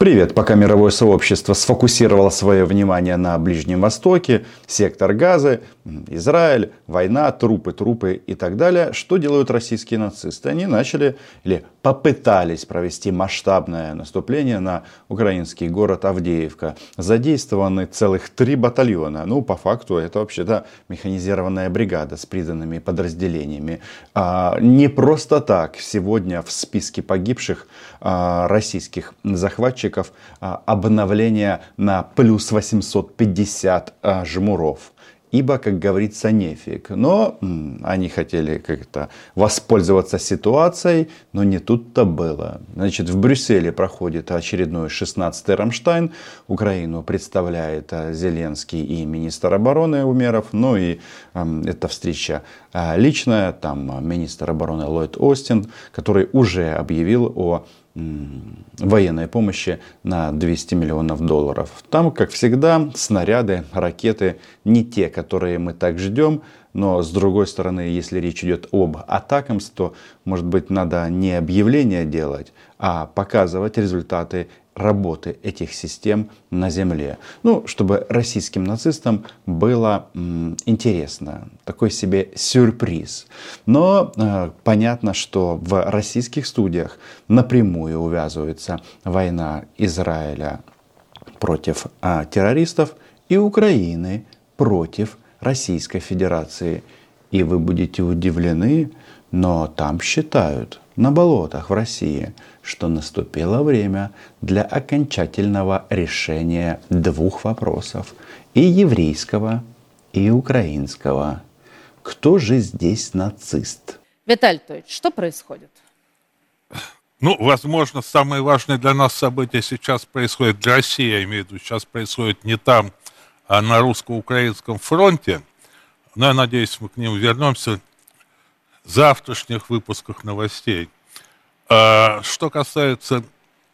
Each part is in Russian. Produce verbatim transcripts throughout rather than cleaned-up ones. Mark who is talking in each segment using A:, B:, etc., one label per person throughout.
A: Привет! Пока мировое сообщество сфокусировало свое внимание на Ближнем Востоке, сектор Газы, Израиль, война, трупы, трупы и так далее, что делают российские нацисты? Они начали или попытались провести масштабное наступление на украинский город Авдеевка. Задействованы целых три батальона. Ну, по факту, это вообще-то механизированная бригада с приданными подразделениями. А, не просто так сегодня в списке погибших а, российских захватчиков обновление на плюс восемьсот пятьдесят а, жмуров. Ибо, как говорится, нефиг. Но м, они хотели как-то воспользоваться ситуацией, но не тут-то было. Значит, в Брюсселе проходит очередной шестнадцатый Рамштайн. Украину представляет а, Зеленский и министр обороны Умеров. Ну и а, эта встреча а, личная. Там а, министр обороны Ллойд Остин, который уже объявил о военной помощи на двести миллионов долларов. Там, как всегда, снаряды, ракеты не те, которые мы так ждем. Но, с другой стороны, если речь идет об атакамс, то, может быть, надо не объявление делать, а показывать результаты работы этих систем на земле. Ну, чтобы российским нацистам было м, интересно. Такой себе сюрприз. Но э, понятно, что в российских студиях напрямую увязывается война Израиля против э, террористов и Украины против Российской Федерации. И вы будете удивлены, но там считают, на болотах в России, что наступило время для окончательного решения двух вопросов. И еврейского, и украинского. Кто же здесь нацист?
B: Виталий Анатольевич, что происходит?
C: Ну, возможно, самое важное для нас событие сейчас происходит для России, я имею в виду, сейчас происходит не там, а на русско-украинском фронте. Но я надеюсь, мы к нему вернемся в завтрашних выпусках новостей. А, что касается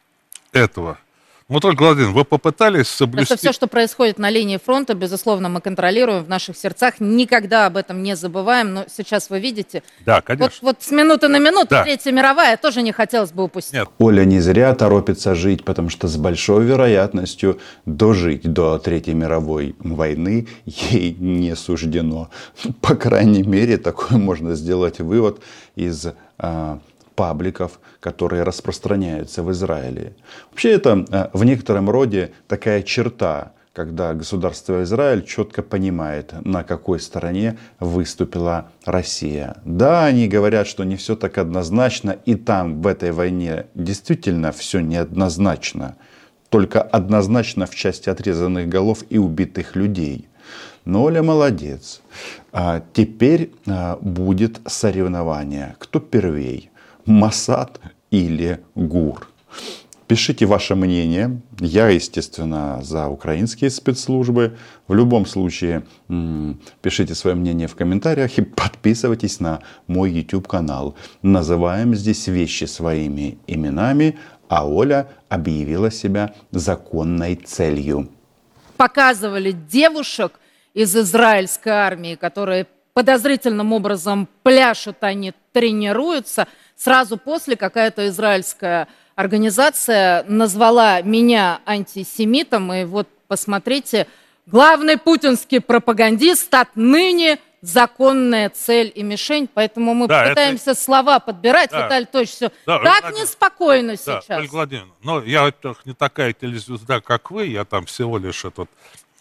C: этого, вот, Ольга Владимировна, вы попытались соблюсти...
B: Это все, что происходит на линии фронта, безусловно, мы контролируем в наших сердцах, никогда об этом не забываем, но сейчас вы видите...
C: Да, конечно.
B: Вот, вот с минуты на минуту,
C: да.
B: Третья мировая, тоже не хотелось бы упустить.
C: Нет.
A: Оля не зря торопится жить, потому что с большой вероятностью дожить до Третьей мировой войны ей не суждено. По крайней мере, такой можно сделать вывод из... А, пабликов, которые распространяются в Израиле. Вообще это в некотором роде такая черта, когда государство Израиль четко понимает, на какой стороне выступила Россия. Да, они говорят, что не все так однозначно, и там в этой войне действительно все неоднозначно. Только однозначно в части отрезанных голов и убитых людей. Но Оля молодец. А теперь будет соревнование. Кто первей? Масад или ГУР? Пишите ваше мнение. Я, естественно, за украинские спецслужбы. В любом случае, пишите свое мнение в комментариях и подписывайтесь на мой YouTube канал. Называем здесь вещи своими именами, а Оля объявила себя законной целью.
B: Показывали девушек из израильской армии, которые подозрительным образом пляшут, они тренируются. Сразу после какая-то израильская организация назвала меня антисемитом. И вот посмотрите, главный путинский пропагандист отныне законная цель и мишень. Поэтому мы да, пытаемся это... слова подбирать. Да. Виталий Анатольевич, все да, так Владимир... неспокойно да, сейчас.
C: Ольга Владимировна, но я, во-первых, не такая телезвезда, как вы. Я там всего лишь этот...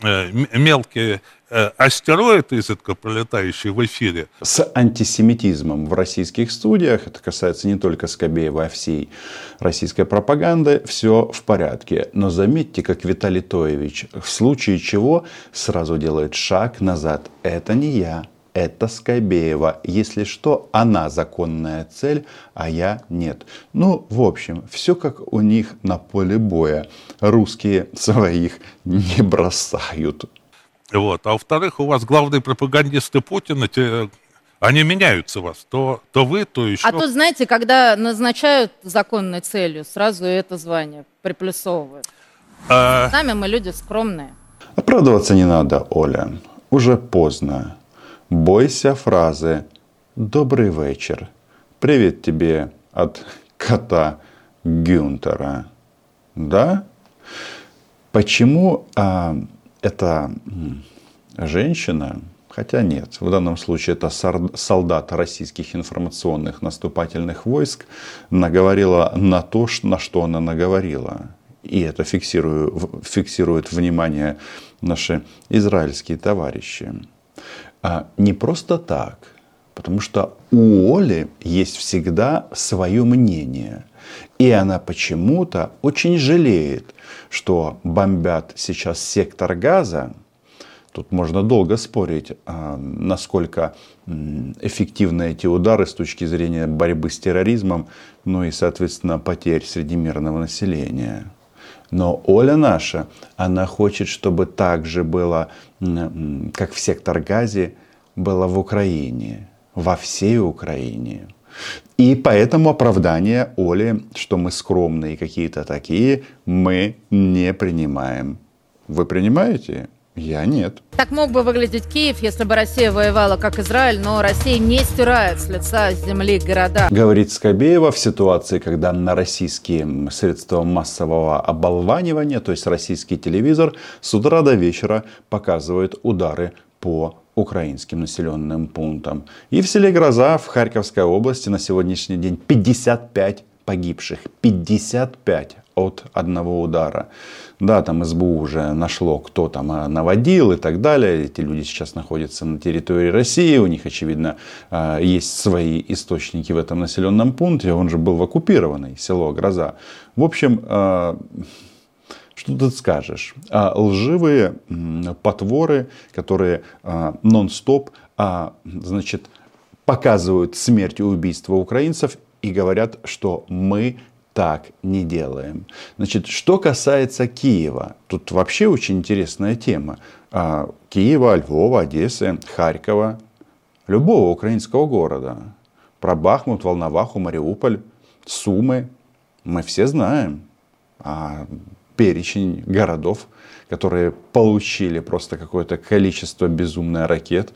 C: мелкие э, астероиды, изредка пролетающие в эфире.
A: С антисемитизмом в российских студиях, это касается не только Скобеева, а всей российской пропаганды, все в порядке. Но заметьте, как Виталий Тойевич в случае чего сразу делает шаг назад. Это не я. Это Скобеева. Если что, она законная цель, а я нет. Ну, в общем, все как у них на поле боя. Русские своих не бросают.
C: Вот. А во-вторых, у вас главные пропагандисты Путина, те, они меняются у вас. То, то вы, то еще...
B: А тут, знаете, когда назначают законной целью, сразу это звание приплюсовывают. А... Сами мы люди скромные.
A: Оправдываться не надо, Оля. Уже поздно. Бойся фразы «Добрый вечер». Привет тебе от кота Гюнтера. Да? Почему а, эта женщина, хотя нет, в данном случае это солдат российских информационных наступательных войск, наговорила на то, на что она наговорила. И это фиксирует, фиксирует внимание наши израильские товарищи. А не просто так, потому что у Оли есть всегда свое мнение. И она почему-то очень жалеет, что бомбят сейчас сектор Газа. Тут можно долго спорить, насколько эффективны эти удары с точки зрения борьбы с терроризмом, ну и, соответственно, потерь среди мирного населения. Но Оля наша, она хочет, чтобы так же было, как в сектор Газе, было в Украине, во всей Украине. И поэтому оправдание Оли, что мы скромные какие-то такие, мы не принимаем. Вы принимаете? Я нет.
B: Так мог бы выглядеть Киев, если бы Россия воевала как Израиль, но Россия не стирает с лица земли города.
A: Говорит Скобеева в ситуации, когда на российские средства массового оболванивания, то есть российский телевизор, с утра до вечера показывает удары по украинским населенным пунктам. И в селе Гроза в Харьковской области на сегодняшний день пятьдесят пять погибших. пятьдесят пять от одного удара. Да, там эс бэ у уже нашло, кто там наводил и так далее. Эти люди сейчас находятся на территории России. У них, очевидно, есть свои источники в этом населенном пункте. Он же был в оккупированной, село Гроза. В общем, что тут скажешь? Лживые потворы, которые нон-стоп, значит, показывают смерть и убийство украинцев и говорят, что мы так не делаем. Значит, что касается Киева, тут вообще очень интересная тема. Киева, Львова, Одессы, Харькова, любого украинского города. Про Бахмут, Волноваху, Мариуполь, Сумы мы все знаем. А перечень городов, которые получили просто какое-то количество безумных ракет,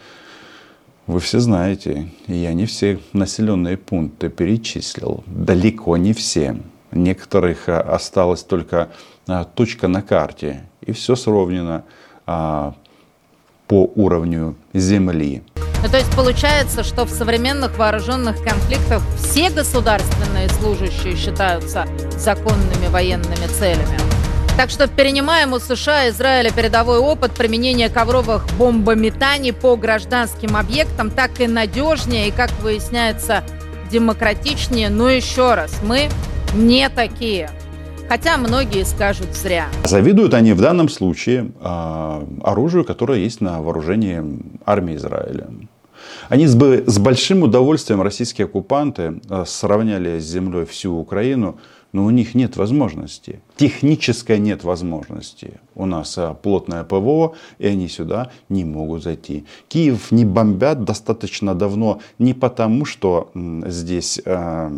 A: вы все знаете. Я не все населенные пункты перечислил. Далеко не все. Некоторых осталась только точка на карте. И все сровнено а, по уровню земли.
B: Ну, то есть получается, что в современных вооруженных конфликтах все государственные служащие считаются законными военными целями. Так что перенимаем у США и Израиля передовой опыт применения ковровых бомбометаний по гражданским объектам так и надежнее, и, как выясняется, демократичнее. Но еще раз, мы не такие. Хотя многие скажут зря.
A: Завидуют они в данном случае э, оружию, которое есть на вооружении армии Израиля. Они с, с большим удовольствием, российские оккупанты, э, сравняли с землей всю Украину. Но у них нет возможности. Технической нет возможности. У нас плотное ПВО, и они сюда не могут зайти. Киев не бомбят достаточно давно не потому, что здесь э,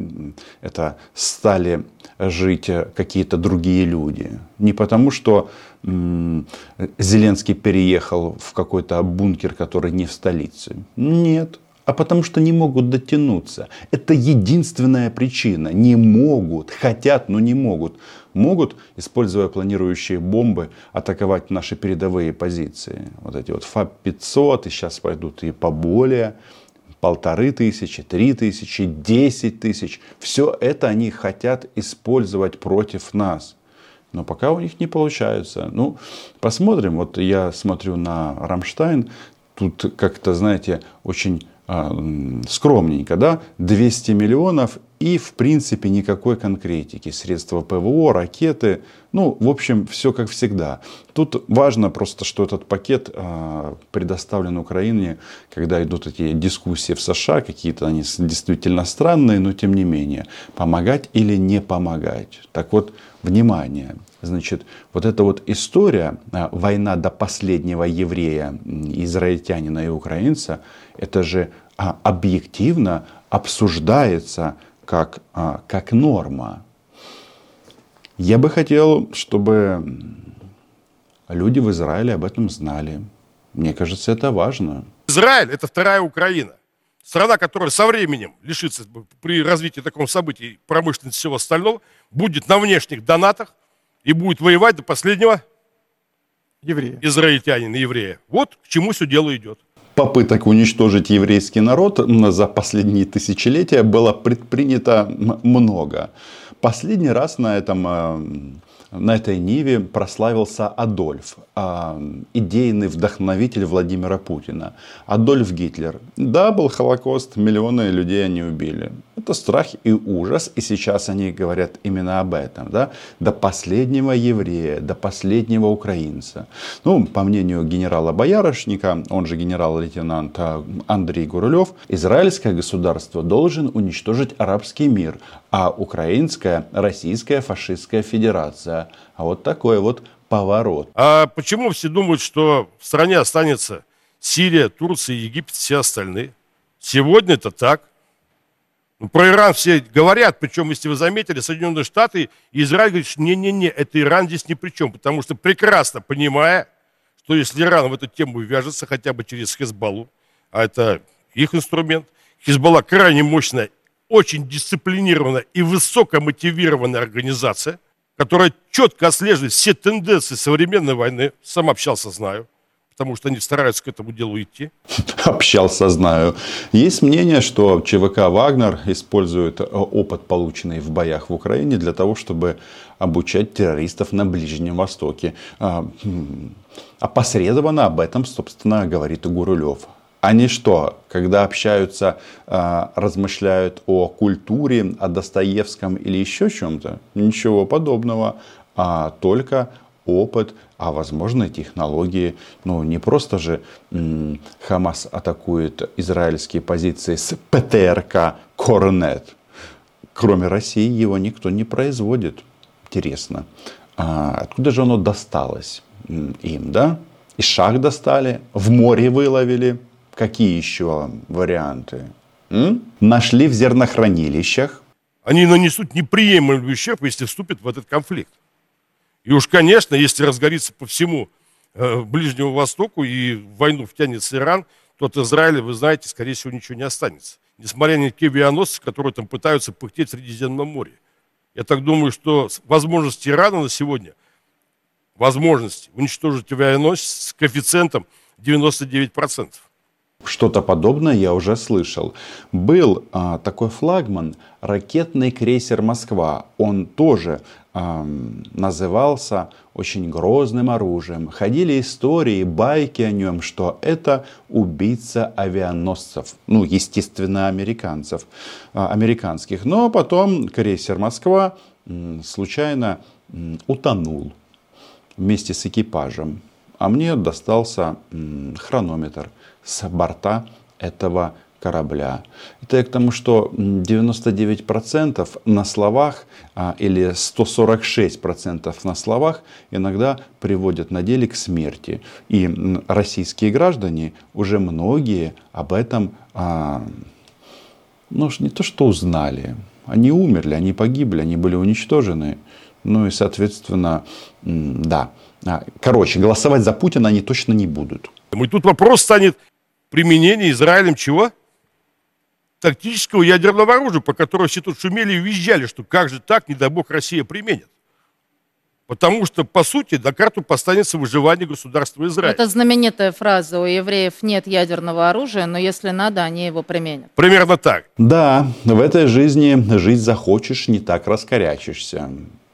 A: это стали жить какие-то другие люди. Не потому, что э, Зеленский переехал в какой-то бункер, который не в столице. Нет. А потому что не могут дотянуться. Это единственная причина. Не могут. Хотят, но не могут. Могут, используя планирующие бомбы, атаковать наши передовые позиции. Вот эти вот ФАП пятьсот, и сейчас пойдут и поболее. Полторы тысячи, три тысячи, десять тысяч. Все это они хотят использовать против нас. Но пока у них не получается. Ну, посмотрим. Вот я смотрю на Рамштайн. Тут как-то, знаете, очень скромненько, да, двести миллионов и, в принципе, никакой конкретики. Средства ПВО, ракеты, ну, в общем, все как всегда. Тут важно просто, что этот пакет э, предоставлен Украине, когда идут эти дискуссии в США, какие-то они действительно странные, но тем не менее, помогать или не помогать. Так вот, внимание, значит, вот эта вот история, э, война до последнего еврея, израильтянина и украинца, это же а, объективно обсуждается как, а, как норма. Я бы хотел, чтобы люди в Израиле об этом знали. Мне кажется, это важно.
D: Израиль – это вторая Украина. Страна, которая со временем лишится при развитии такого события промышленности и всего остального, будет на внешних донатах и будет воевать до последнего
E: Евреи.
D: израильтянина, еврея. Вот к чему все дело идет.
A: Попыток уничтожить еврейский народ за последние тысячелетия было предпринято много. Последний раз на этом, на этой ниве прославился Адольф, идейный вдохновитель Владимира Путина. Адольф Гитлер. Да, был Холокост, миллионы людей они убили. Это страх и ужас, и сейчас они говорят именно об этом. Да? До последнего еврея, до последнего украинца. Ну, по мнению генерала Боярышника, он же генерал-лейтенант Андрей Гурулев, израильское государство должен уничтожить арабский мир, а украинская, российская фашистская федерация. А вот такой вот поворот.
D: А почему все думают, что в стране останется Сирия, Турция, Египет, все остальные? Сегодня это так. Ну, про Иран все говорят, причем, если вы заметили, Соединенные Штаты и Израиль говорят, что не-не-не, это Иран здесь ни при чем, потому что прекрасно понимая, что если Иран в эту тему вяжется хотя бы через Хезболлу, а это их инструмент, Хезболла крайне мощная, очень дисциплинированная и высокомотивированная организация, которая четко отслеживает все тенденции современной войны, сам общался, знаю, потому что они стараются к этому делу идти.
A: Общался, знаю. Есть мнение, что ЧВК «Вагнер» использует опыт, полученный в боях в Украине, для того, чтобы обучать террористов на Ближнем Востоке. Опосредованно об этом, собственно, говорит и Гурулев. Они что, когда общаются, размышляют о культуре, о Достоевском или еще чем-то? Ничего подобного, а только опыт, а возможно технологии. Ну, не просто же м- Хамас атакует израильские позиции с ПТРК Корнет. Кроме России его никто не производит. Интересно. А откуда же оно досталось им, да? Из шах достали, в море выловили. Какие еще варианты? М? Нашли в зернохранилищах.
D: Они нанесут неприемлемый ущерб, если вступят в этот конфликт. И уж, конечно, если разгорится по всему э, Ближнему Востоку и в войну втянется Иран, то от Израиля, вы знаете, скорее всего, ничего не останется. Несмотря на те авианосцы, которые там пытаются пыхтеть в Средиземном море. Я так думаю, что возможности Ирана на сегодня, возможности уничтожить авианосец с коэффициентом девяносто девять процентов.
A: Что-то подобное я уже слышал. Был а, такой флагман, ракетный крейсер «Москва». Он тоже а, назывался очень грозным оружием. Ходили истории, байки о нем, что это убийца авианосцев. Ну, естественно, американцев, а, американских. Но потом крейсер «Москва» м, случайно м, утонул вместе с экипажем. А мне достался м, хронометр с борта этого корабля. Это я к тому, что девяносто девять процентов на словах а, или сто сорок шесть процентов на словах иногда приводят на деле к смерти. И м, российские граждане уже многие об этом а, ну, не то что узнали, они умерли, они погибли, они были уничтожены. Ну и, соответственно, м, да. Короче, голосовать за Путина они точно не будут.
D: И тут вопрос станет применения Израилем чего? Тактического ядерного оружия, по которому все тут шумели и визжали, что как же так, не дай бог, Россия применит. Потому что, по сути, на карту поставится выживание государства Израиль.
B: Это знаменитая фраза: у евреев нет ядерного оружия, но если надо, они его применят.
D: Примерно так.
A: Да, в этой жизни жить захочешь, не так раскорячишься.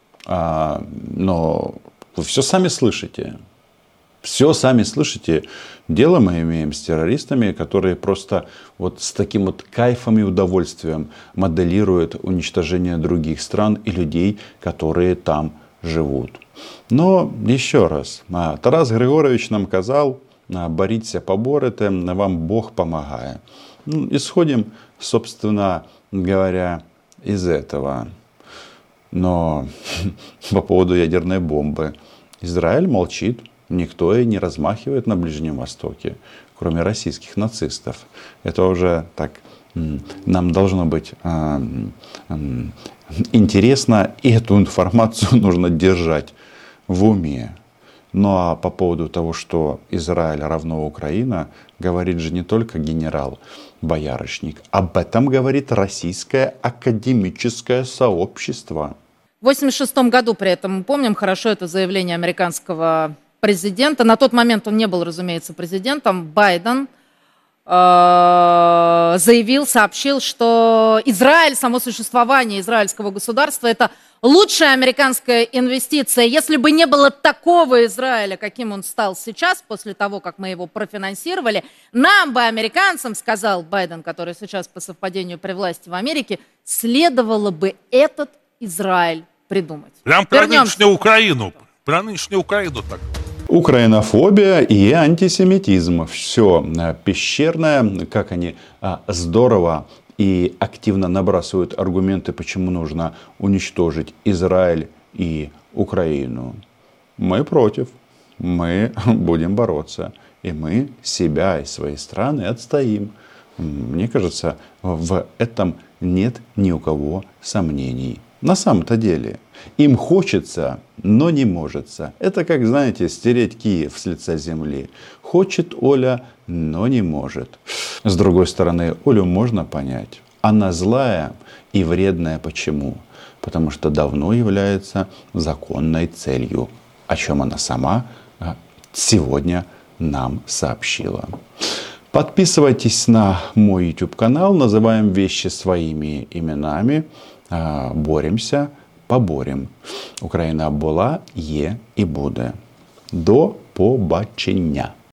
A: А, но вы все сами слышите. Все сами слышите. Дело мы имеем с террористами, которые просто вот с таким вот кайфом и удовольствием моделируют уничтожение других стран и людей, которые там живут. Но еще раз, Тарас Григорович нам казал: боріться, поборете, вам Бог помогает. Ну, исходим, собственно говоря, из этого. Но по поводу ядерной бомбы Израиль молчит. Никто и не размахивает на Ближнем Востоке, кроме российских нацистов. Это уже так нам должно быть э, э, интересно, и эту информацию нужно держать в уме. Ну а по поводу того, что Израиль равно Украина, говорит же не только генерал Боярышник. Об этом говорит российское академическое сообщество.
B: В восемьдесят шестом году, при этом, мы помним хорошо это заявление американского президента. На тот момент он не был, разумеется, президентом. Байден э, заявил, сообщил, что Израиль, само существование израильского государства – это лучшая американская инвестиция. Если бы не было такого Израиля, каким он стал сейчас, после того, как мы его профинансировали, нам бы, американцам, сказал Байден, который сейчас по совпадению при власти в Америке, следовало бы этот Израиль придумать.
C: Прям про
B: Вернемся.
C: нынешнюю Украину. Про нынешнюю Украину так.
A: Украинофобия и антисемитизм. Все пещерное, как они здорово и активно набрасывают аргументы, почему нужно уничтожить Израиль и Украину. Мы против. Мы будем бороться. И мы себя и свои страны отстоим. Мне кажется, в этом нет ни у кого сомнений. На самом-то деле, им хочется, но не может. Это как, знаете, стереть Киев с лица земли. Хочет Оля, но не может. С другой стороны, Олю можно понять. Она злая и вредная. Почему? Потому что давно является законной целью, о чем она сама сегодня нам сообщила. Подписывайтесь на мой YouTube канал. Называем вещи своими именами. Боремся, поборем. Україна була, є і буде. До побачення.